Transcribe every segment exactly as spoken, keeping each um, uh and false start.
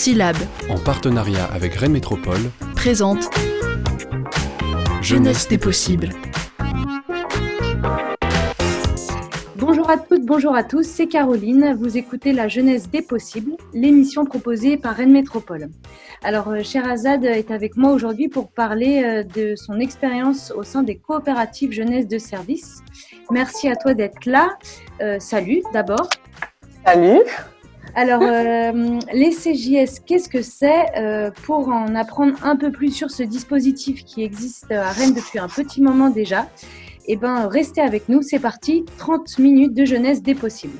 Syllab, en partenariat avec Rennes Métropole, présente Jeunesse des possibles. Bonjour à toutes, bonjour à tous, c'est Caroline. Vous écoutez La Jeunesse des possibles, l'émission proposée par Rennes Métropole. Alors, Sherazade est avec moi aujourd'hui pour parler de son expérience au sein des coopératives jeunesse de service. Merci à toi d'être là. Euh, salut d'abord. Salut. Alors, euh, les C J S, qu'est-ce que c'est? euh, Pour en apprendre un peu plus sur ce dispositif qui existe à Rennes depuis un petit moment déjà, eh ben, restez avec nous, c'est parti, trente minutes de jeunesse des possibles.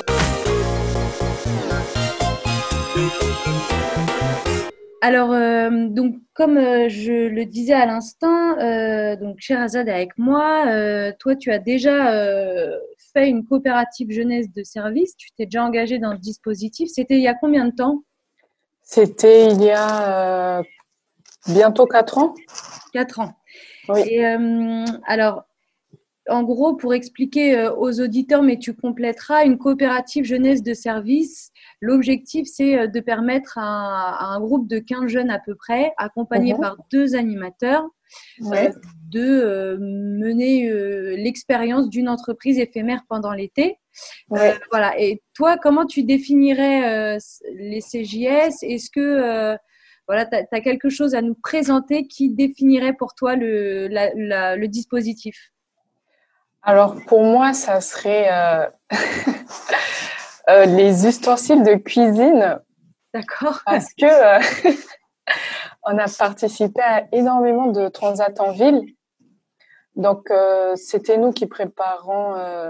Alors, euh, donc, comme euh, je le disais à l'instant, euh, donc Sherazade est avec moi. Euh, toi, tu as déjà euh, fait une coopérative jeunesse de service. Tu t'es déjà engagée dans le dispositif. C'était il y a combien de temps? C'était il y a euh, bientôt quatre ans. Quatre ans. Oui. Et euh, alors, en gros, pour expliquer euh, aux auditeurs, mais tu complèteras, une coopérative jeunesse de service, l'objectif, c'est euh, de permettre à, à un groupe de quinze jeunes à peu près, accompagnés Mhm. par deux animateurs, Oui. euh, de euh, mener euh, l'expérience d'une entreprise éphémère pendant l'été. Oui. Euh, voilà. Et toi, comment tu définirais euh, les C J S? Est-ce que euh, voilà, tu as quelque chose à nous présenter qui définirait pour toi le, la, la, le dispositif? Alors, pour moi, ça serait euh, euh, les ustensiles de cuisine. D'accord. Parce que euh, on a participé à énormément de transats en ville. Donc, euh, c'était nous qui préparons euh,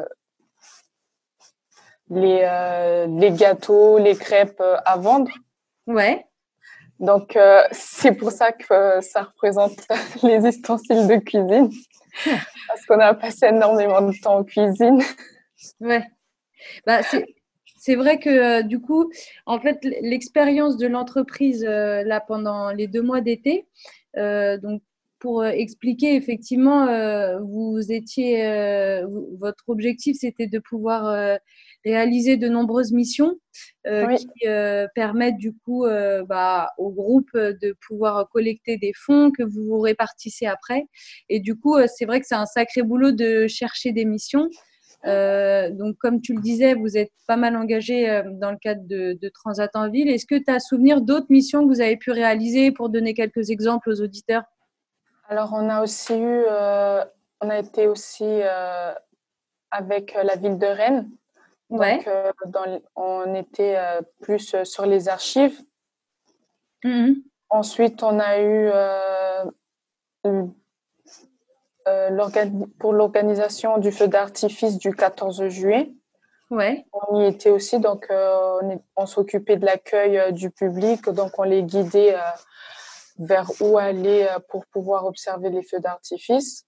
les, euh, les gâteaux, les crêpes euh, à vendre. Ouais. Donc, euh, c'est pour ça que euh, ça représente les ustensiles de cuisine. Parce qu'on a passé énormément de temps en cuisine. Ouais. Bah, c'est, c'est vrai que euh, du coup, en fait, l'expérience de l'entreprise euh, là pendant les deux mois d'été, euh, donc pour euh, expliquer, effectivement, euh, vous étiez, euh, vous- votre objectif, c'était de pouvoir euh, réaliser de nombreuses missions euh, Oui. qui euh, permettent du coup euh, bah, au groupe euh, de pouvoir collecter des fonds que vous vous répartissez après. Et du coup, euh, c'est vrai que c'est un sacré boulot de chercher des missions. Euh, donc, comme tu le disais, vous êtes pas mal engagé euh, dans le cadre de, de Transat en ville. Est-ce que tu as souvenir d'autres missions que vous avez pu réaliser pour donner quelques exemples aux auditeurs? Alors, on a aussi eu, euh, on a été aussi euh, avec euh, la ville de Rennes. Ouais. Donc, euh, dans, on était euh, plus euh, sur les archives. Mhm. Ensuite, on a eu, euh, eu euh, l'organi- pour l'organisation du feu d'artifice du quatorze juillet. Ouais. On y était aussi, donc euh, on, est- on s'occupait de l'accueil euh, du public, donc on les guidait euh, vers où aller euh, pour pouvoir observer les feux d'artifice.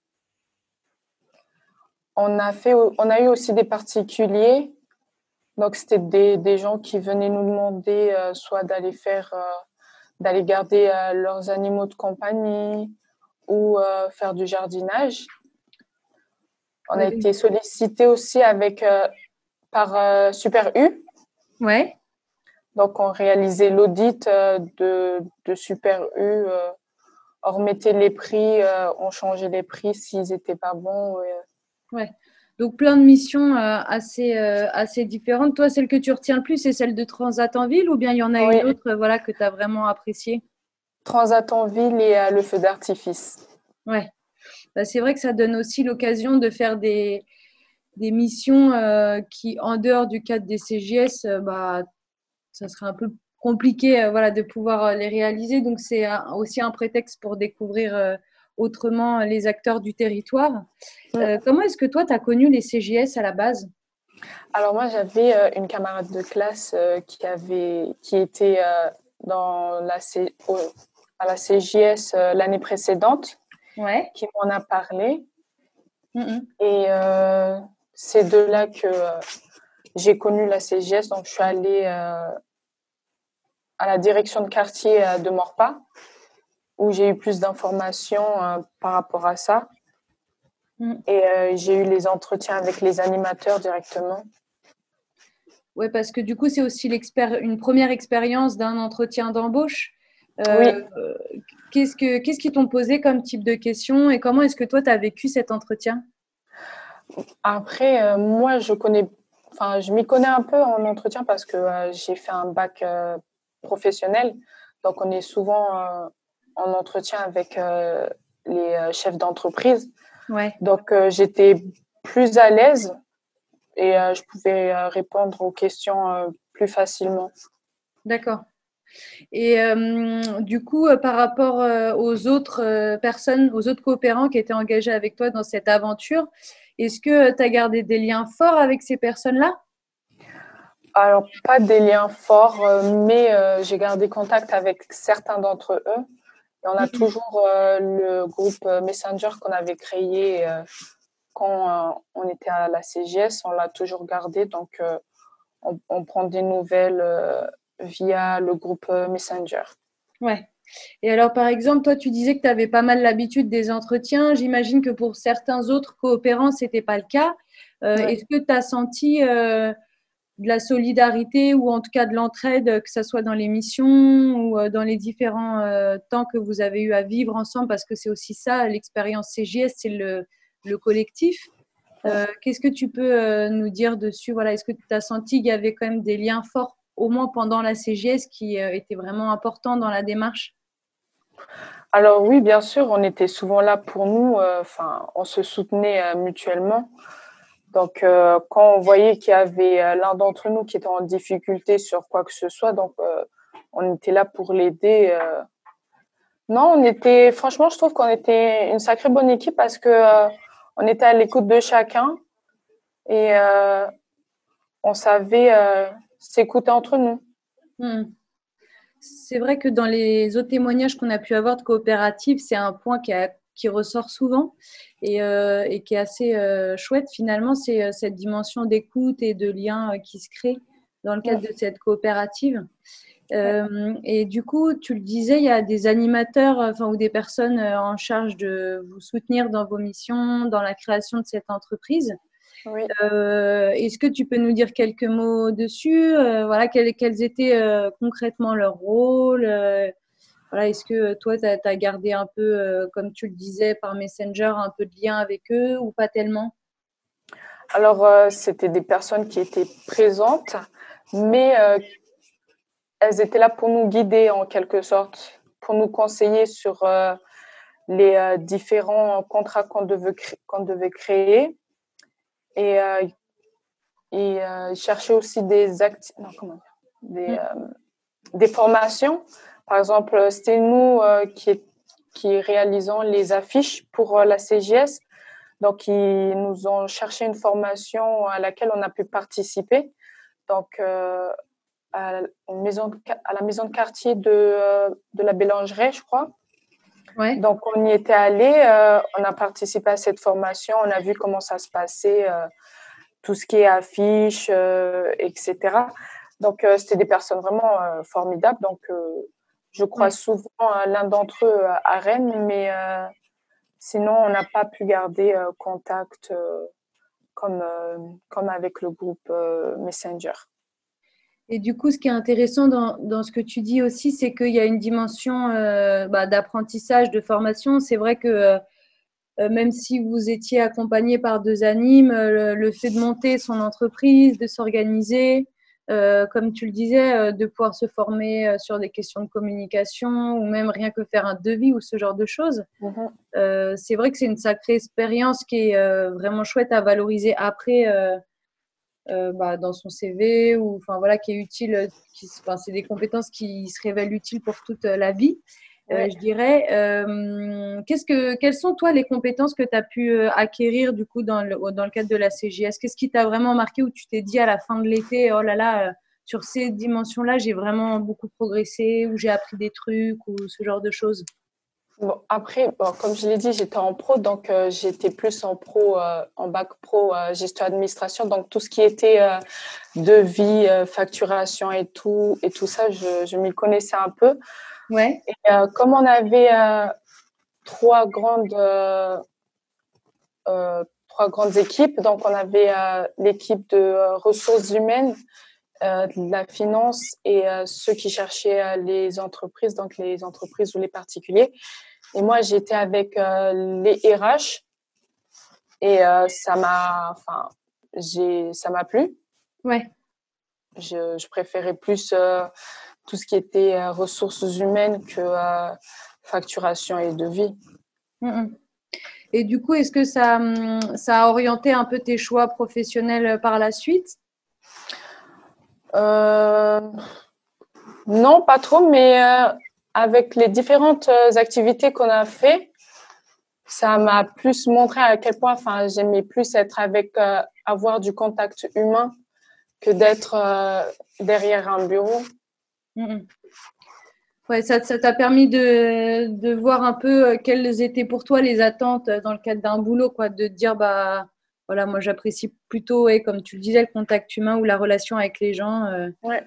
On a fait, on a eu aussi des particuliers, donc c'était des, des gens qui venaient nous demander euh, soit d'aller faire, euh, d'aller garder euh, leurs animaux de compagnie ou euh, faire du jardinage. On a Ouais. été sollicité aussi avec euh, par euh, Super U. Ouais. Donc, on réalisait l'audit euh, de, de Super U. Euh, on remettait les prix, euh, on changeait les prix s'ils n'étaient pas bons. Euh. Ouais. Donc, plein de missions euh, assez, euh, assez différentes. Toi, celle que tu retiens le plus, c'est celle de Transat en ville ou bien il y en a Oui, une autre euh, voilà, que tu as vraiment appréciée? Transat en ville et euh, le feu d'artifice. Ouais. Bah, c'est vrai que ça donne aussi l'occasion de faire des, des missions euh, qui, en dehors du cadre des C J S, euh, bah, ça serait un peu compliqué euh, voilà, de pouvoir euh, les réaliser. Donc, c'est un- aussi un prétexte pour découvrir euh, autrement les acteurs du territoire. Mm. Euh, comment est-ce que toi, tu as connu les C J S à la base? Alors, moi, j'avais euh, une camarade de classe euh, qui, avait, qui était euh, dans la C- au- à la C J S euh, l'année précédente, Ouais. qui m'en a parlé. Mhm. Et euh, c'est de là que euh, j'ai connu la C J S. Donc, je suis allée euh, à la direction de quartier euh, de Morpa, où j'ai eu plus d'informations euh, par rapport à ça. Mhm. Et euh, j'ai eu les entretiens avec les animateurs directement. Ouais, parce que du coup, c'est aussi l'expér- une première expérience d'un entretien d'embauche. Oui. Euh, qu'est-ce que, qu'est-ce qu'ils t'ont posé comme type de questions et comment est-ce que toi, tu as vécu cet entretien? Après, euh, moi, je connais, enfin, je m'y connais un peu en entretien parce que euh, j'ai fait un bac euh, professionnel. Donc, on est souvent euh, en entretien avec euh, les euh, chefs d'entreprise. Ouais, Donc, euh, j'étais plus à l'aise et euh, je pouvais euh, répondre aux questions euh, plus facilement. d'accord. Et euh, du coup, euh, par rapport euh, aux autres euh, personnes, aux autres coopérants qui étaient engagés avec toi dans cette aventure, est-ce que tu as gardé des liens forts avec ces personnes-là? Alors, pas des liens forts, euh, mais euh, j'ai gardé contact avec certains d'entre eux. Et on a Mhm. toujours euh, le groupe euh, Messenger qu'on avait créé euh, quand euh, on était à la C G S. On l'a toujours gardé, donc euh, on, on prend des nouvelles euh, via le groupe euh, Messenger. Ouais. Et alors, par exemple, toi, tu disais que tu avais pas mal l'habitude des entretiens. J'imagine que pour certains autres coopérants, ce n'était pas le cas. Euh, Ouais. est-ce que tu as senti euh, de la solidarité ou en tout cas de l'entraide, que ce soit dans les missions ou euh, dans les différents euh, temps que vous avez eu à vivre ensemble? Parce que c'est aussi ça, l'expérience C G S, c'est le, le collectif. Euh, qu'est-ce que tu peux euh, nous dire dessus? Voilà, est-ce que tu as senti qu'il y avait quand même des liens forts, au moins pendant la C G S, qui euh, étaient vraiment importants dans la démarche? Alors oui, bien sûr, on était souvent là pour nous. euh, Enfin, on se soutenait euh, mutuellement. Donc, euh, quand on voyait qu'il y avait euh, l'un d'entre nous qui était en difficulté sur quoi que ce soit, donc euh, on était là pour l'aider. euh. Non, on était, franchement, je trouve qu'on était une sacrée bonne équipe parce que euh, on était à l'écoute de chacun et euh, on savait euh, s'écouter entre nous. Hmm. C'est vrai que dans les autres témoignages qu'on a pu avoir de coopératives, c'est un point qui, a- qui ressort souvent et, euh, et qui est assez euh, chouette finalement, c'est euh, cette dimension d'écoute et de lien euh, qui se crée dans le cadre Ouais, de cette coopérative. ouais. Euh, et du coup, tu le disais, il y a des animateurs euh, enfin, ou des personnes euh, en charge de vous soutenir dans vos missions, dans la création de cette entreprise. Oui. Euh, est-ce que tu peux nous dire quelques mots dessus? Euh, voilà, quels, quels étaient euh, concrètement leurs rôles? Euh, voilà, est-ce que toi, tu as gardé un peu, euh, comme tu le disais, par Messenger, un peu de lien avec eux ou pas tellement? Alors, euh, c'était des personnes qui étaient présentes, mais euh, elles étaient là pour nous guider en quelque sorte, pour nous conseiller sur euh, les euh, différents contrats qu'on devait, cré- qu'on devait créer et, euh, et euh, chercher aussi des acti- non, comment dire, des, Mm. euh, des formations. Par exemple, c'était nous euh, qui, est- qui réalisons les affiches pour euh, la C G S. Donc, ils nous ont cherché une formation à laquelle on a pu participer. Donc, euh, à, une maison de, à la maison de quartier de, euh, de la Bélangeraie, je crois. Ouais. Donc, on y était allé, euh, on a participé à cette formation, on a vu comment ça se passait, euh, tout ce qui est affiches, euh, et cetera. Donc, euh, c'était des personnes vraiment euh, formidables. Donc, euh, je crois Ouais. souvent euh, l'un d'entre eux euh, à Rennes, mais euh, sinon, on n'a pas pu garder euh, contact euh, comme, euh, comme avec le groupe euh, Messenger. Et du coup, ce qui est intéressant dans, dans ce que tu dis aussi, c'est qu'il y a une dimension euh, bah, d'apprentissage, de formation. C'est vrai que euh, euh, même si vous étiez accompagné par deux animes, euh, le, le fait de monter son entreprise, de s'organiser, euh, comme tu le disais, euh, de pouvoir se former euh, sur des questions de communication ou même rien que faire un devis ou ce genre de choses, Mhm. euh, c'est vrai que c'est une sacrée expérience qui est euh, vraiment chouette à valoriser après. Euh, euh, bah, dans son C V ou enfin voilà qui est utile, qui, enfin, c'est des compétences qui se révèlent utiles pour toute la vie. Oui. Euh, je dirais, euh, qu'est-ce que, quelles sont toi les compétences que tu as pu euh, acquérir du coup dans le, dans le cadre de la C G S? Qu'est-ce qui t'a vraiment marqué où tu t'es dit à la fin de l'été, oh là là, euh, sur ces dimensions-là, j'ai vraiment beaucoup progressé, ou j'ai appris des trucs, ou ce genre de choses? Bon, après, bon, comme je l'ai dit, j'étais en pro, donc euh, j'étais plus en pro, euh, en bac pro, euh, gestion administration, donc tout ce qui était euh, devis, euh, facturation et tout, et tout ça, je, je m'y connaissais un peu. Ouais, Et euh, comme on avait euh, trois grandes, euh, euh, trois grandes équipes, donc on avait euh, l'équipe de euh, ressources humaines, euh, de la finance et euh, ceux qui cherchaient euh, les entreprises, donc les entreprises ou les particuliers. Et moi, j'étais avec euh, les R H et euh, ça m'a, enfin, j'ai, ça m'a plu. Ouais. Je, je préférais plus euh, tout ce qui était euh, ressources humaines que euh, facturation et devis. Mm-mm. Et du coup, est-ce que ça, hum, ça a orienté un peu tes choix professionnels par la suite? Euh, non, pas trop, mais euh, avec les différentes euh, activités qu'on a fait, ça m'a plus montré à quel point, enfin, j'aimais plus être avec, euh, avoir du contact humain que d'être euh, derrière un bureau. Mm-mm. Ouais, ça, ça t'a permis de, de voir un peu euh, quelles étaient pour toi les attentes euh, dans le cadre d'un boulot, quoi, de te dire, bah, voilà, moi j'apprécie plutôt, et comme tu le disais, le contact humain ou la relation avec les gens. euh. Ouais.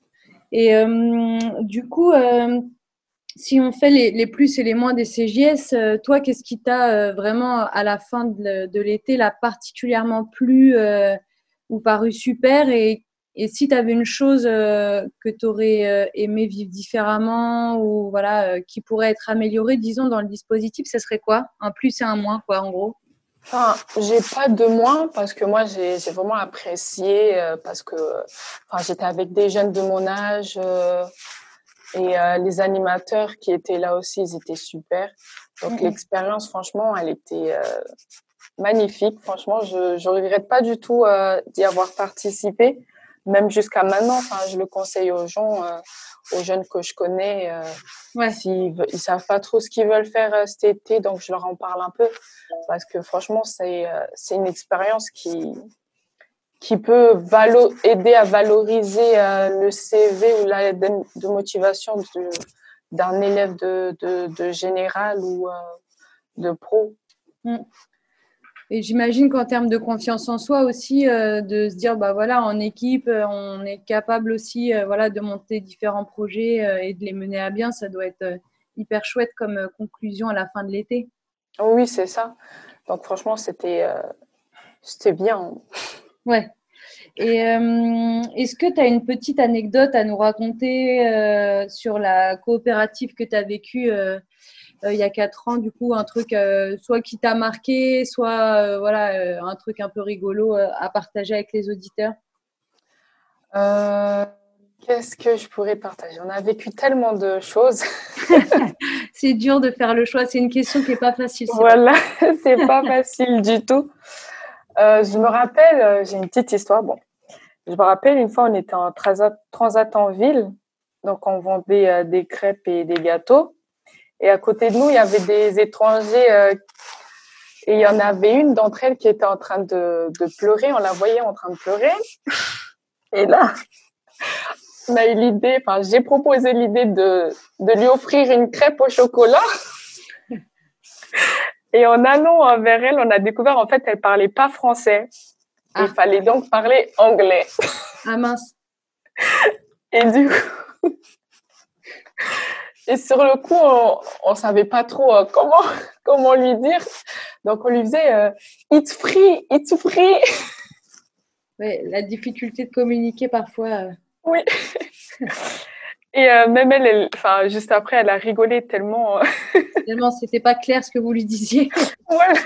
Et euh, du coup, euh, si on fait les, les plus et les moins des C J S, euh, toi, qu'est-ce qui t'a euh, vraiment, à la fin de, de l'été, là, particulièrement plu euh, ou paru super? Et, et si tu avais une chose euh, que tu aurais euh, aimé vivre différemment ou voilà, euh, qui pourrait être améliorée, disons, dans le dispositif, ce serait quoi? Un plus et un moins, quoi, en gros? Enfin, j'ai pas de moins parce que moi, j'ai, j'ai vraiment apprécié euh, parce que enfin, j'étais avec des jeunes de mon âge euh, et euh, les animateurs qui étaient là aussi, ils étaient super. Donc, Mm, l'expérience, franchement, elle était euh, magnifique. Franchement, je je regrette pas du tout euh, d'y avoir participé. Même jusqu'à maintenant, enfin, je le conseille aux gens, euh, aux jeunes que je connais, euh, ouais. s'ils ve- ils savent pas trop ce qu'ils veulent faire euh, cet été, donc je leur en parle un peu parce que franchement, c'est euh, c'est une expérience qui qui peut valo- aider à valoriser euh, le C V ou la lettre de motivation de, d'un élève de, de, de général ou euh, de pro. Mm. Et j'imagine qu'en termes de confiance en soi aussi, euh, de se dire, bah voilà, en équipe, euh, on est capable aussi, euh, voilà, de monter différents projets euh, et de les mener à bien. Ça doit être euh, hyper chouette comme euh, conclusion à la fin de l'été. Oui, c'est ça. Donc franchement, c'était euh, c'était bien. Ouais. Et euh, est-ce que tu as une petite anecdote à nous raconter euh, sur la coopérative que tu as vécue euh, euh, il y a quatre ans, du coup, un truc euh, soit qui t'a marqué, soit euh, voilà, euh, un truc un peu rigolo euh, à partager avec les auditeurs? Euh, qu'est-ce que je pourrais partager? On a vécu tellement de choses. C'est dur de faire le choix. C'est une question qui n'est pas facile, c'est vrai. Voilà, c'est pas facile du tout. Euh, je me rappelle, euh, j'ai une petite histoire. Bon, je me rappelle une fois, on était en transat, transat en ville, donc on vendait euh, des crêpes et des gâteaux. Et à côté de nous, il y avait des étrangers euh, et il y en avait une d'entre elles qui était en train de, de pleurer. On la voyait en train de pleurer. Et là, on a eu l'idée, enfin, j'ai proposé l'idée de, de lui offrir une crêpe au chocolat. Et en allant vers elle, on a découvert, en fait, elle parlait pas français. Ah, Il fallait donc parler anglais. ah mince. Et du coup, et sur le coup, on, on savait pas trop euh, comment, comment lui dire. Donc, on lui faisait euh, it's free, it's free. Ouais, la difficulté de communiquer parfois. euh, Oui. Et euh, même elle, elle, enfin, juste après, elle a rigolé tellement. euh, Tellement, c'était pas clair ce que vous lui disiez. Voilà.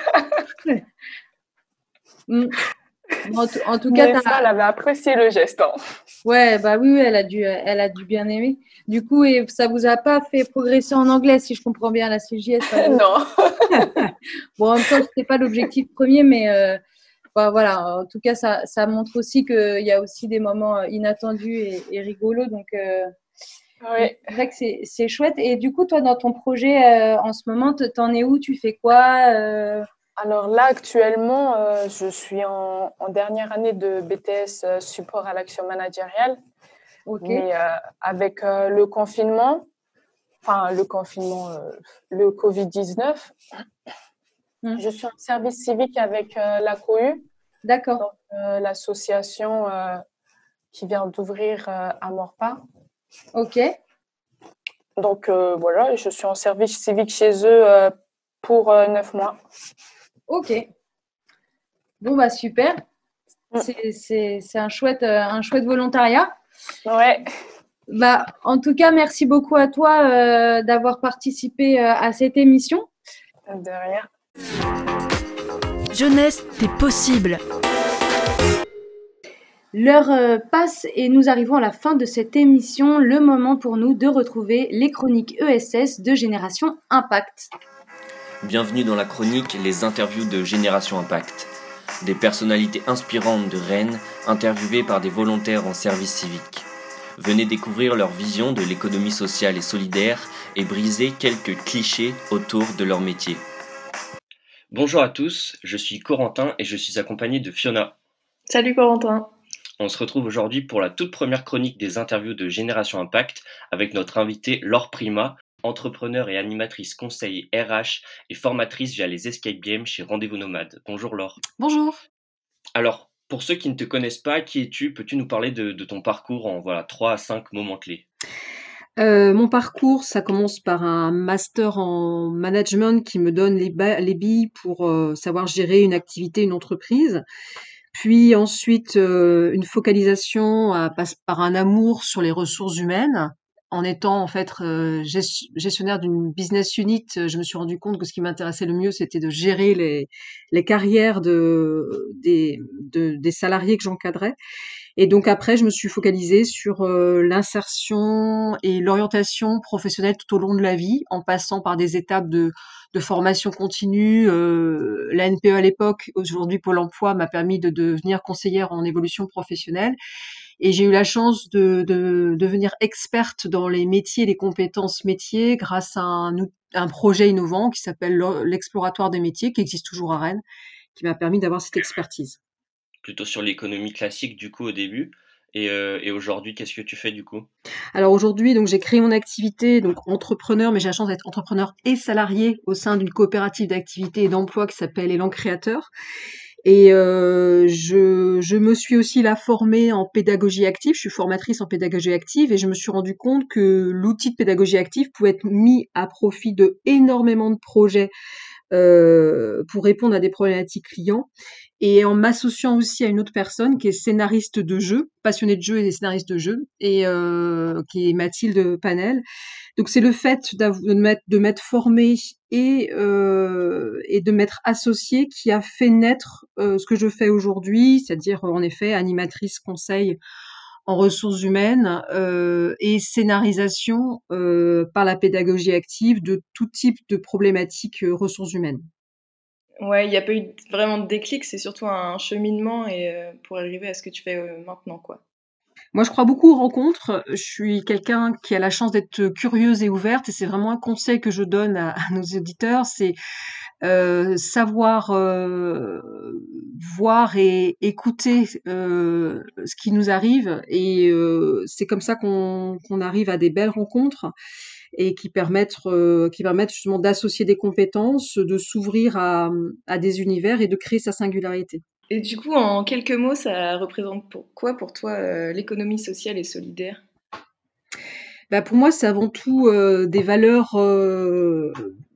Mm. En, tout- en tout cas, Mais t'as... ça, elle avait apprécié le geste. Hein. ouais, bah oui, oui, elle a dû, elle a dû bien aimer. Du coup, et ça vous a pas fait progresser en anglais, si je comprends bien la C J S, pas de... Non. Bon, en même temps, c'était pas l'objectif premier, mais euh, bah, voilà. En tout cas, ça, ça montre aussi qu'il y a aussi des moments euh, inattendus et, et rigolos. Donc, euh, Oui. c'est vrai que c'est, c'est chouette. Et du coup, toi, dans ton projet euh, en ce moment, t- t'en es où? Tu fais quoi? euh Alors là, actuellement, euh, je suis en, en dernière année de B T S euh, support à l'action managériale. Ok. Mais euh, avec euh, le confinement, enfin le confinement, euh, le covid dix-neuf, Hmm. je suis en service civique avec euh, la Cohu, D'accord. donc euh, l'association euh, qui vient d'ouvrir euh, à Morpa. Ok. Donc euh, voilà, je suis en service civique chez eux euh, pour euh, neuf mois. Ok. Bon, bah super. C'est, c'est, c'est un chouette, euh, un chouette volontariat. Ouais. Bah, en tout cas, merci beaucoup à toi euh, d'avoir participé euh, à cette émission. De rien. Jeunesse des possibles. L'heure euh, passe et nous arrivons à la fin de cette émission. Le moment pour nous de retrouver les chroniques E S S de Génération Impact. Bienvenue dans la chronique Les interviews de Génération Impact. Des personnalités inspirantes de Rennes, interviewées par des volontaires en service civique. Venez découvrir leur vision de l'économie sociale et solidaire et briser quelques clichés autour de leur métier. Bonjour à tous, je suis Corentin et je suis accompagné de Fiona. Salut Corentin. On se retrouve aujourd'hui pour la toute première chronique des interviews de Génération Impact avec notre invitée Laure Prima, entrepreneur et animatrice conseil R H et formatrice via les Escape Games chez Rendez-vous Nomade. Bonjour Laure. Bonjour. Alors, pour ceux qui ne te connaissent pas, qui es-tu? Peux-tu nous parler de, de ton parcours en voilà trois à cinq moments clés? Euh, mon parcours, ça commence par un master en management qui me donne les, ba- les billes pour euh, savoir gérer une activité, une entreprise. Puis ensuite, euh, une focalisation à- passe par un amour sur les ressources humaines. En étant en fait euh, gest- gestionnaire d'une business unit, euh, je me suis rendu compte que ce qui m'intéressait le mieux, c'était de gérer les, les carrières de, des, de- des salariés que j'encadrais. Et donc après, je me suis focalisée sur euh, l'insertion et l'orientation professionnelle tout au long de la vie, en passant par des étapes de, de formation continue. Euh, la N P E à l'époque, aujourd'hui Pôle Emploi, m'a permis de devenir conseillère en évolution professionnelle. Et j'ai eu la chance de, de devenir experte dans les métiers, les compétences métiers, grâce à un, out- un projet innovant qui s'appelle l'O- l'Exploratoire des métiers, qui existe toujours à Rennes, qui m'a permis d'avoir cette expertise. Plutôt sur l'économie classique du coup au début. Et, euh, et aujourd'hui, qu'est-ce que tu fais du coup? Alors aujourd'hui, donc j'ai créé mon activité, donc entrepreneur, mais j'ai la chance d'être entrepreneur et salarié au sein d'une coopérative d'activité et d'emploi qui s'appelle Élan Créateur. Et euh, je, je me suis aussi là formée en pédagogie active. Je suis formatrice en pédagogie active et je me suis rendu compte que l'outil de pédagogie active pouvait être mis à profit de énormément de projets euh, pour répondre à des problématiques clients. Et en m'associant aussi à une autre personne qui est scénariste de jeux, passionnée de jeux et scénariste de jeux, et euh, qui est Mathilde Panel. Donc c'est le fait d'av- de m'être de m'être formée et euh, et de m'être associée qui a fait naître euh, ce que je fais aujourd'hui, c'est-à-dire en effet animatrice conseil en ressources humaines euh, et scénarisation euh, par la pédagogie active de tout type de problématiques euh, ressources humaines. Ouais, il n'y a pas eu vraiment de déclic, c'est surtout un cheminement et euh, pour arriver à ce que tu fais euh, maintenant, quoi. Moi, je crois beaucoup aux rencontres. Je suis quelqu'un qui a la chance d'être curieuse et ouverte, et c'est vraiment un conseil que je donne à, à nos auditeurs, c'est euh, savoir euh, voir et écouter euh, ce qui nous arrive, et euh, c'est comme ça qu'on qu'on arrive à des belles rencontres et qui permettent euh, qui permettent justement d'associer des compétences, de s'ouvrir à, à des univers et de créer sa singularité. Et du coup, en quelques mots, ça représente pour quoi pour toi euh, l'économie sociale et solidaire? Bah, pour moi, c'est avant tout euh, des valeurs euh,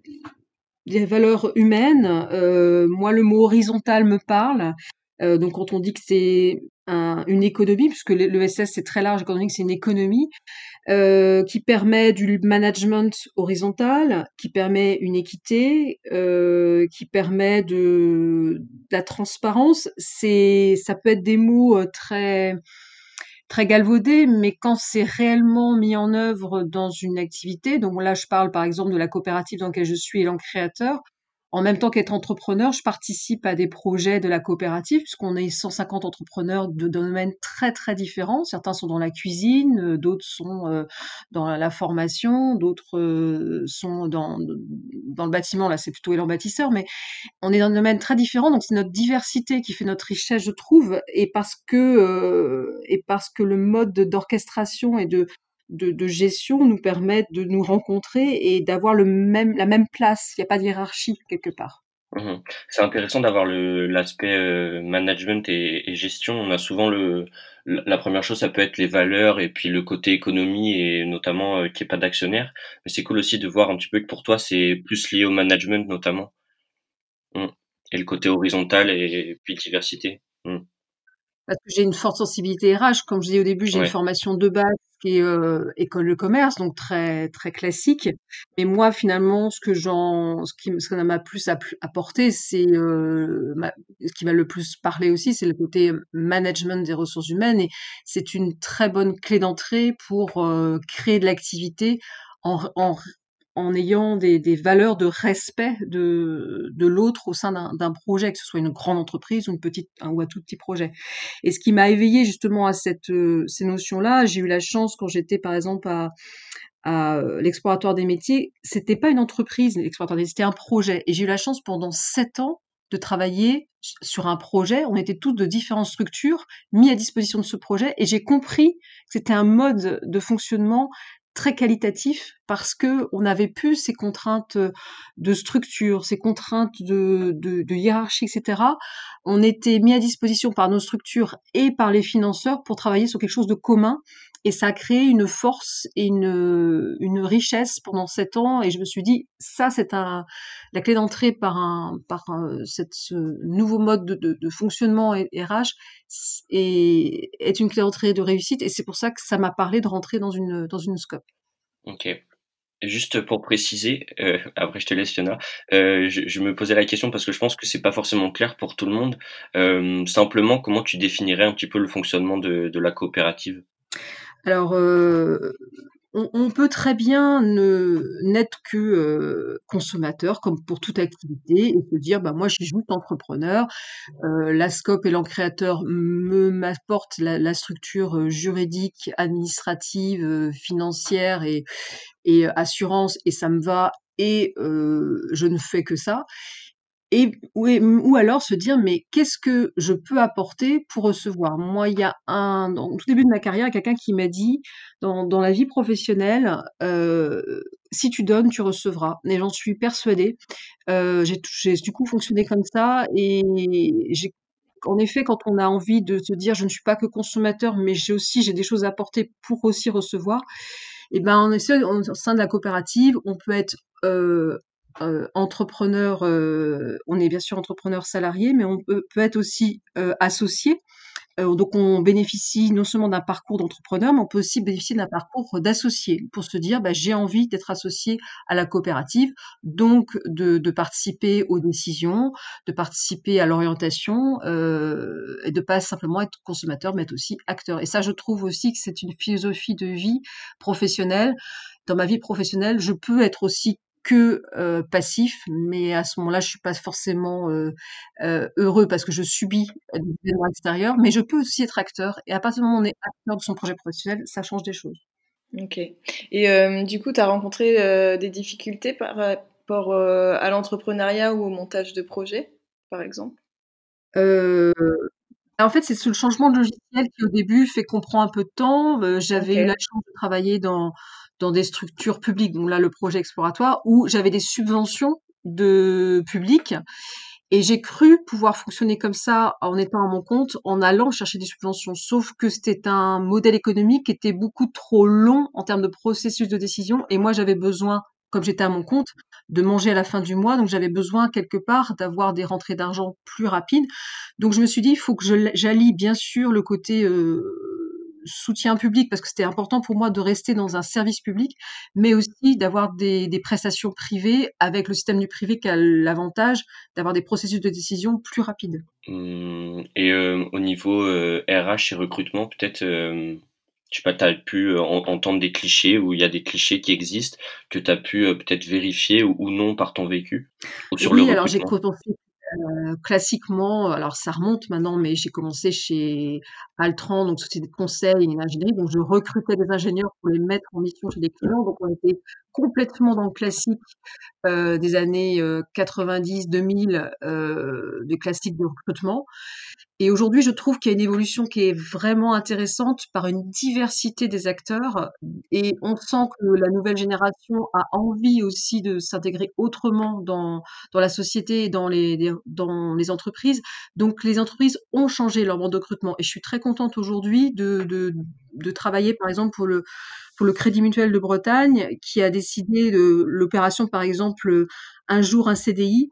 des valeurs humaines. Euh, moi, le mot horizontal me parle. Euh, donc, quand on dit que c'est un- une économie, puisque le le S S c'est très large, quand on dit que c'est une économie euh, qui permet du management horizontal, qui permet une équité, euh, qui permet de, de la transparence. C'est, ça peut être des mots euh, très très galvaudé, mais quand c'est réellement mis en œuvre dans une activité, donc là je parle par exemple de la coopérative dans laquelle je suis, Élan Créateur, en même temps qu'être entrepreneur, je participe à des projets de la coopérative, puisqu'on est cent cinquante entrepreneurs de domaines très très différents. Certains sont dans la cuisine, euh, d'autres sont euh, dans la formation, d'autres euh, sont dans, dans le bâtiment, là c'est plutôt Élan Bâtisseur, mais on est dans un domaine très différent, donc c'est notre diversité qui fait notre richesse, je trouve, et parce que euh, et parce que le mode d'orchestration et de, de de gestion nous permet de nous rencontrer et d'avoir le même la même place. Il n'y a pas de hiérarchie quelque part. Mhm. C'est intéressant d'avoir le l'aspect euh, management et, et gestion. On a souvent le la la première chose, ça peut être les valeurs et puis le côté économie et notamment euh, qu'il n'y ait pas d'actionnaire. Mais c'est cool aussi de voir un petit peu que pour toi, c'est plus lié au management notamment. Mm. Et le côté horizontal et puis diversité. Mm. Parce que j'ai une forte sensibilité R H. Comme je disais au début, j'ai une Ouais. formation de base qui est euh, école de commerce, donc très très classique. Mais moi, finalement, ce que j'en, ce qui, ce que ça m'a plus appl- apporté, c'est euh, ma- ce qui m'a le plus parlé aussi, c'est le côté management des ressources humaines. Et c'est une très bonne clé d'entrée pour euh, créer de l'activité en, en en ayant des, des valeurs de respect de, de l'autre au sein d'un d'un projet, que ce soit une grande entreprise ou une petite un, ou un tout petit projet. Et ce qui m'a éveillé justement à cette, euh, ces notions-là, j'ai eu la chance quand j'étais par exemple à, à euh, l'exploratoire des métiers, c'était pas une entreprise, l'exploratoire des métiers, c'était un projet. Et j'ai eu la chance pendant sept ans de travailler sur un projet. On était tous de différentes structures mis à disposition de ce projet, et j'ai compris que c'était un mode de fonctionnement très qualitatif parce que on n'avait plus ces contraintes de structure, ces contraintes de, de, de hiérarchie, et cetera. On était mis à disposition par nos structures et par les financeurs pour travailler sur quelque chose de commun, et ça a créé une force et une, une richesse pendant sept ans. Et je me suis dit, ça, c'est un, la clé d'entrée par un, par un, cette, ce nouveau mode de, de, de fonctionnement R H est, est une clé d'entrée de réussite. Et c'est pour ça que ça m'a parlé de rentrer dans une, dans une scope. Ok. Juste pour préciser, euh, après je te laisse Fiona, euh, je, je me posais la question parce que je pense que c'est pas forcément clair pour tout le monde. Euh, simplement, comment tu définirais un petit peu le fonctionnement de, de la coopérative? Alors, euh, on, on peut très bien ne n'être que euh, consommateur, comme pour toute activité, et se dire, bah moi, je suis juste entrepreneur. Euh, la scope et l'encréateur me m'apportent la, la structure euh, juridique, administrative, euh, financière et, et euh, assurance, et ça me va. Et euh, je ne fais que ça. Et ou, ou alors se dire, mais qu'est-ce que je peux apporter pour recevoir? Moi, il y a un, dans le tout début de ma carrière, il y a quelqu'un qui m'a dit, dans, dans la vie professionnelle, euh, si tu donnes, tu recevras. Et j'en suis persuadée. Euh, j'ai, j'ai du coup fonctionné comme ça, et j'ai, en effet, quand on a envie de se dire, je ne suis pas que consommateur, mais j'ai aussi, j'ai des choses à apporter pour aussi recevoir, et ben, en effet, au sein de la coopérative, on peut être euh, euh, entrepreneur, euh, on est bien sûr entrepreneur salarié, mais on peut, peut être aussi euh, associé. Euh, donc on bénéficie non seulement d'un parcours d'entrepreneur, mais on peut aussi bénéficier d'un parcours d'associé pour se dire, bah, j'ai envie d'être associé à la coopérative, donc de, de participer aux décisions, de participer à l'orientation, euh, et de pas simplement être consommateur, mais être aussi acteur. Et ça, je trouve aussi que c'est une philosophie de vie professionnelle. Dans ma vie professionnelle, je peux être aussi que euh, passif, mais à ce moment-là, je suis pas forcément euh, euh, heureux parce que je subis des événements extérieurs, mais je peux aussi être acteur. Et à partir du moment où on est acteur de son projet professionnel, ça change des choses. Ok. Et euh, du coup, tu as rencontré euh, des difficultés par rapport euh, à l'entrepreneuriat ou au montage de projet, par exemple? Euh, En fait, c'est sous le changement de logiciel qui, au début, fait qu'on prend un peu de temps. Euh, j'avais Ok. eu la chance de travailler dans, dans des structures publiques, donc là, le projet exploratoire, où j'avais des subventions de public. Et j'ai cru pouvoir fonctionner comme ça en étant à mon compte, en allant chercher des subventions. Sauf que c'était un modèle économique qui était beaucoup trop long en termes de processus de décision. Et moi, j'avais besoin, comme j'étais à mon compte, de manger à la fin du mois. Donc, j'avais besoin quelque part d'avoir des rentrées d'argent plus rapides. Donc, je me suis dit, il faut que je, j'allie bien sûr le côté euh, soutien public, parce que c'était important pour moi de rester dans un service public, mais aussi d'avoir des, des prestations privées avec le système du privé qui a l'avantage d'avoir des processus de décision plus rapides. Hum, Et euh, au niveau euh, R H et recrutement, peut-être, euh, je sais pas, tu as pu euh, en- entendre des clichés, ou il y a des clichés qui existent que tu as pu euh, peut-être vérifier ou, ou non par ton vécu, ou sur le Oui, alors j'ai recrutement. commencé euh, classiquement, alors ça remonte maintenant, mais j'ai commencé chez Altran, donc société de conseil et d'ingénierie, donc je recrutais des ingénieurs pour les mettre en mission chez des clients, donc on était complètement dans le classique euh, des années euh, quatre-vingt-dix deux mille, euh, des classiques de recrutement. Et aujourd'hui, je trouve qu'il y a une évolution qui est vraiment intéressante par une diversité des acteurs, et on sent que la nouvelle génération a envie aussi de s'intégrer autrement dans, dans la société et dans les, les- dans les entreprises. Donc les entreprises ont changé leur mode de recrutement, et je suis très contente aujourd'hui de, de, de travailler par exemple pour le, pour le Crédit Mutuel de Bretagne, qui a décidé de l'opération par exemple un jour un C D I,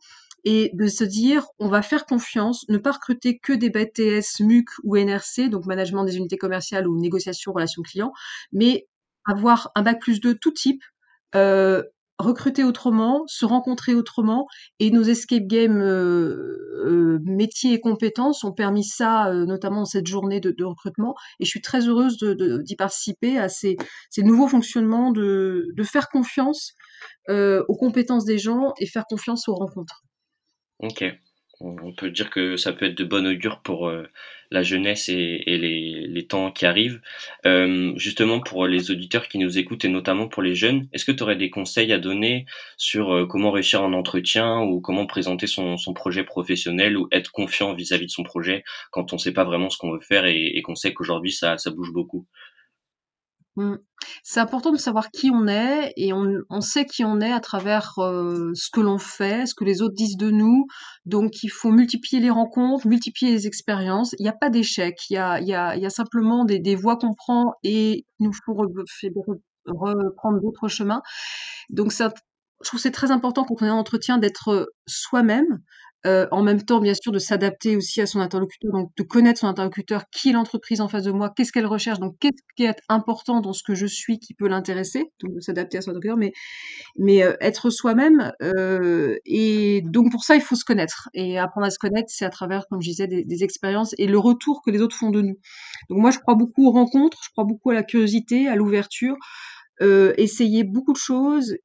et de se dire, on va faire confiance, ne pas recruter que des B T S M U C ou N R C, donc management des unités commerciales ou négociation relations clients, mais avoir un bac plus deux tout type, euh, recruter autrement, se rencontrer autrement, et nos escape games euh, euh, métiers et compétences ont permis ça, euh, notamment dans cette journée de, de recrutement, et je suis très heureuse de, de- d'y participer à ces, ces nouveaux fonctionnements, de, de faire confiance euh, aux compétences des gens et faire confiance aux rencontres. Ok. On on peut dire que ça peut être de bon augure pour euh, la jeunesse et, et les, les temps qui arrivent. Euh, justement, pour les auditeurs qui nous écoutent et notamment pour les jeunes, est-ce que tu aurais des conseils à donner sur euh, comment réussir un entretien ou comment présenter son, son projet professionnel ou être confiant vis-à-vis de son projet quand on ne sait pas vraiment ce qu'on veut faire et, et qu'on sait qu'aujourd'hui ça, ça bouge beaucoup? Mm. C'est important de savoir qui on est et on, on sait qui on est à travers euh, ce que l'on fait, ce que les autres disent de nous. Donc il faut multiplier les rencontres, multiplier les expériences. Il n'y a pas d'échec, il y a, il y a, il y a simplement des, des voies qu'on prend et il nous faut re- fait- re- reprendre d'autres chemins. Donc ça, je trouve que c'est très important quand on est en entretien d'être soi-même. Euh, en même temps, bien sûr, de s'adapter aussi à son interlocuteur, donc de connaître son interlocuteur, qui est l'entreprise en face de moi, qu'est-ce qu'elle recherche, donc qu'est-ce qui est important dans ce que je suis qui peut l'intéresser, donc de s'adapter à son interlocuteur, mais, mais euh, être soi-même, euh, et donc pour ça, il faut se connaître. Et apprendre à se connaître, c'est à travers, comme je disais, des, des expériences et le retour que les autres font de nous. Donc moi, je crois beaucoup aux rencontres, je crois beaucoup à la curiosité, à l'ouverture, euh, essayer beaucoup de choses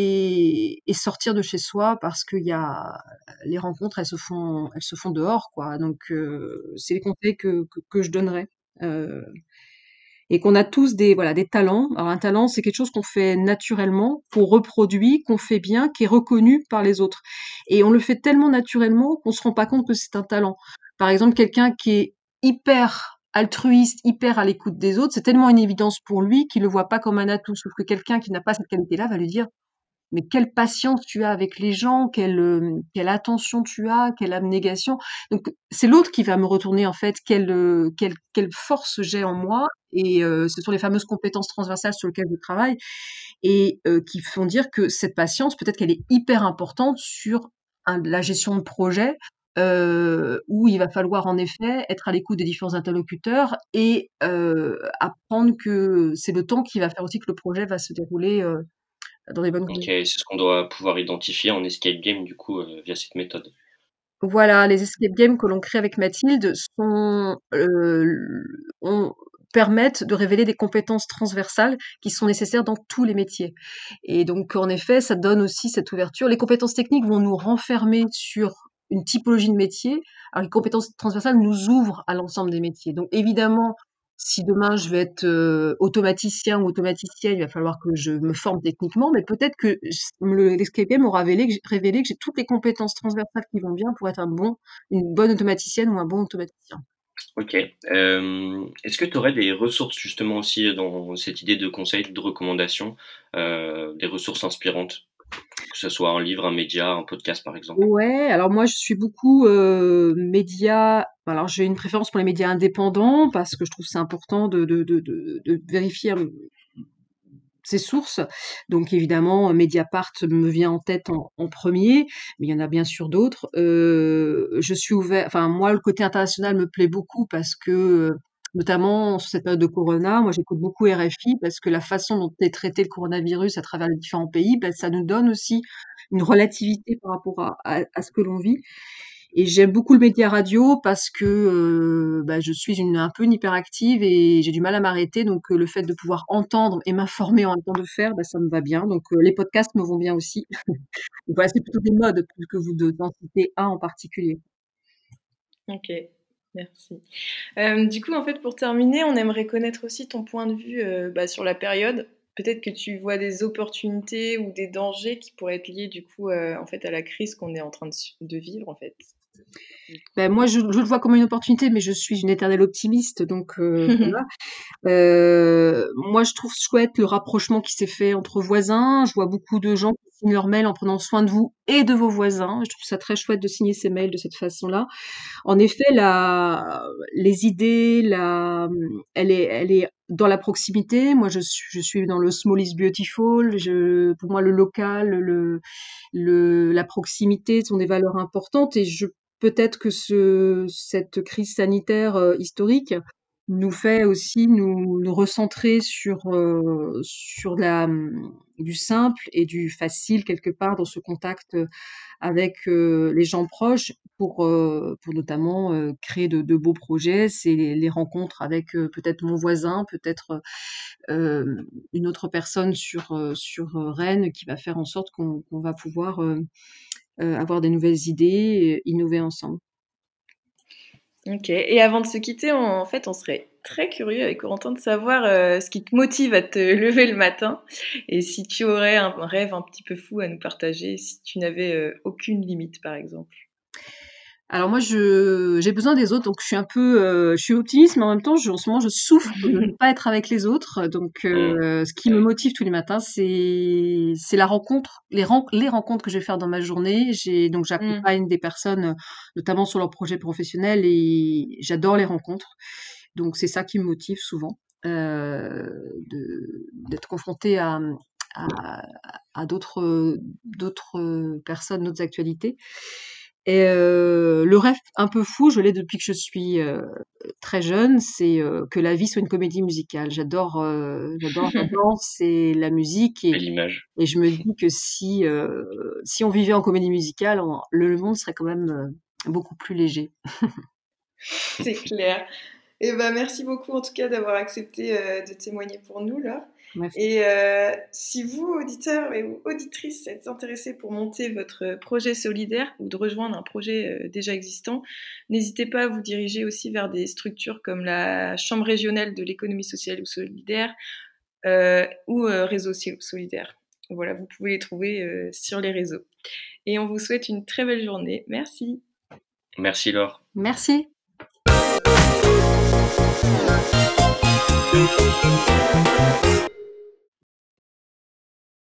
et, et sortir de chez soi parce qu'il y a les rencontres, elles se font, elles se font dehors, quoi. Donc euh, c'est les conseils que, que, que je donnerais. Euh, et qu'on a tous des voilà des talents. Alors un talent, c'est quelque chose qu'on fait naturellement, qu'on reproduit, qu'on fait bien, qui est reconnu par les autres. Et on le fait tellement naturellement qu'on se rend pas compte que c'est un talent. Par exemple, quelqu'un qui est hyper altruiste, hyper à l'écoute des autres, c'est tellement une évidence pour lui qu'il le voit pas comme un atout. Sauf que quelqu'un qui n'a pas cette qualité-là va lui dire mais quelle patience tu as avec les gens, quelle, euh, quelle attention tu as, quelle abnégation. Donc c'est l'autre qui va me retourner en fait quelle, euh, quelle, quelle force j'ai en moi. Et euh, ce sont les fameuses compétences transversales sur lesquelles je travaille et euh, qui font dire que cette patience, peut-être qu'elle est hyper importante sur un- la gestion de projet, euh, où il va falloir en effet être à l'écoute des différents interlocuteurs et euh, apprendre que c'est le temps qui va faire aussi que le projet va se dérouler euh, dans des bonnes Ok, conditions. c'est ce qu'on doit pouvoir identifier en escape game du coup euh, via cette méthode. Voilà, les escape games que l'on crée avec Mathilde sont, euh, on- permettent de révéler des compétences transversales qui sont nécessaires dans tous les métiers. Et donc, en effet, ça donne aussi cette ouverture. Les compétences techniques vont nous renfermer sur une typologie de métier, alors les compétences transversales nous ouvrent à l'ensemble des métiers. Donc, évidemment, si demain je veux être euh, automaticien ou automaticienne, il va falloir que je me forme techniquement, mais peut-être que j- le- l'escape game aura révélé que, j'ai- révélé que j'ai toutes les compétences transversales qui vont bien pour être un bon, une bonne automaticienne ou un bon automaticien. Ok. Euh, est-ce que tu aurais des ressources justement aussi dans cette idée de conseil, de recommandation, euh, des ressources inspirantes, que ce soit un livre, un média, un podcast par exemple? Ouais, alors moi je suis beaucoup euh, médias. Alors j'ai une préférence pour les médias indépendants parce que je trouve que c'est important de, de, de, de, de vérifier ses sources. Donc évidemment, Mediapart me vient en tête en, en premier, mais il y en a bien sûr d'autres. Euh, je suis ouvert, enfin moi le côté international me plaît beaucoup parce que euh, notamment sur cette période de Corona, moi j'écoute beaucoup R F I parce que la façon dont est traité le coronavirus à travers les différents pays, ben, ça nous donne aussi une relativité par rapport à, à, à ce que l'on vit. Et j'aime beaucoup le média radio parce que euh, bah, je suis une, un peu une hyperactive et j'ai du mal à m'arrêter. Donc euh, le fait de pouvoir entendre et m'informer en même temps de faire, bah, ça me va bien. Donc euh, les podcasts me vont bien aussi. Donc, voilà, c'est plutôt des modes plus que vous de d'en citer un en particulier. Ok, merci. Euh, du coup, en fait, pour terminer, on aimerait connaître aussi ton point de vue euh, bah, sur la période. Peut-être que tu vois des opportunités ou des dangers qui pourraient être liés du coup euh, en fait à la crise qu'on est en train de, su- de vivre en fait. Ben, moi, je, je le vois comme une opportunité, mais je suis une éternelle optimiste. Donc euh, voilà. Euh, moi, je trouve chouette le rapprochement qui s'est fait entre voisins. Je vois beaucoup de gens qui signent leurs mails en prenant soin de vous et de vos voisins. Je trouve ça très chouette de signer ces mails de cette façon-là. En effet, la, les idées, la, elle est, elle est dans la proximité. Moi, je suis, je suis dans le small is beautiful. Je, pour moi, le local, le, le, la proximité sont des valeurs importantes. Et je, peut-être que ce, cette crise sanitaire euh, historique nous fait aussi nous, nous recentrer sur, euh, sur la, du simple et du facile quelque part dans ce contact avec euh, les gens proches pour, euh, pour notamment euh, créer de, de beaux projets. C'est les, les rencontres avec euh, peut-être mon voisin, peut-être euh, une autre personne sur, euh, sur euh, Rennes qui va faire en sorte qu'on, qu'on va pouvoir euh, euh, avoir des nouvelles idées et innover ensemble. Ok, et avant de se quitter, on, en fait, on serait très curieux avec Corentin de savoir euh, ce qui te motive à te lever le matin et si tu aurais un, un rêve un petit peu fou à nous partager, si tu n'avais euh, aucune limite, par exemple. Alors moi, je j'ai besoin des autres, donc je suis un peu, euh, je suis optimiste, mais en même temps, je, en ce moment, je souffre de ne pas être avec les autres. Donc, euh, ce qui me motive tous les matins, c'est c'est la rencontre, les ren- les rencontres que je vais faire dans ma journée. J'ai donc Mm. j'accompagne des personnes, notamment sur leurs projets professionnels, et j'adore les rencontres. Donc c'est ça qui me motive souvent, euh, de d'être confrontée à à, à d'autres d'autres personnes, d'autres actualités. Et euh, le rêve un peu fou, je l'ai depuis que je suis euh, très jeune, c'est euh, que la vie soit une comédie musicale. J'adore, euh, j'adore la danse et la musique, et, Belle image. et je me dis que si euh, si on vivait en comédie musicale, on- le monde serait quand même euh, beaucoup plus léger. C'est clair. Et ben, merci beaucoup en tout cas d'avoir accepté euh, de témoigner pour nous là. Merci. Et euh, si vous, auditeurs et auditrices, êtes intéressés pour monter votre projet solidaire ou de rejoindre un projet euh, déjà existant, n'hésitez pas à vous diriger aussi vers des structures comme la Chambre régionale de l'économie sociale ou solidaire euh, ou euh, Réseau solidaire. Voilà, vous pouvez les trouver euh, sur les réseaux. Et on vous souhaite une très belle journée. Merci. Merci Laure. Merci. Thank you.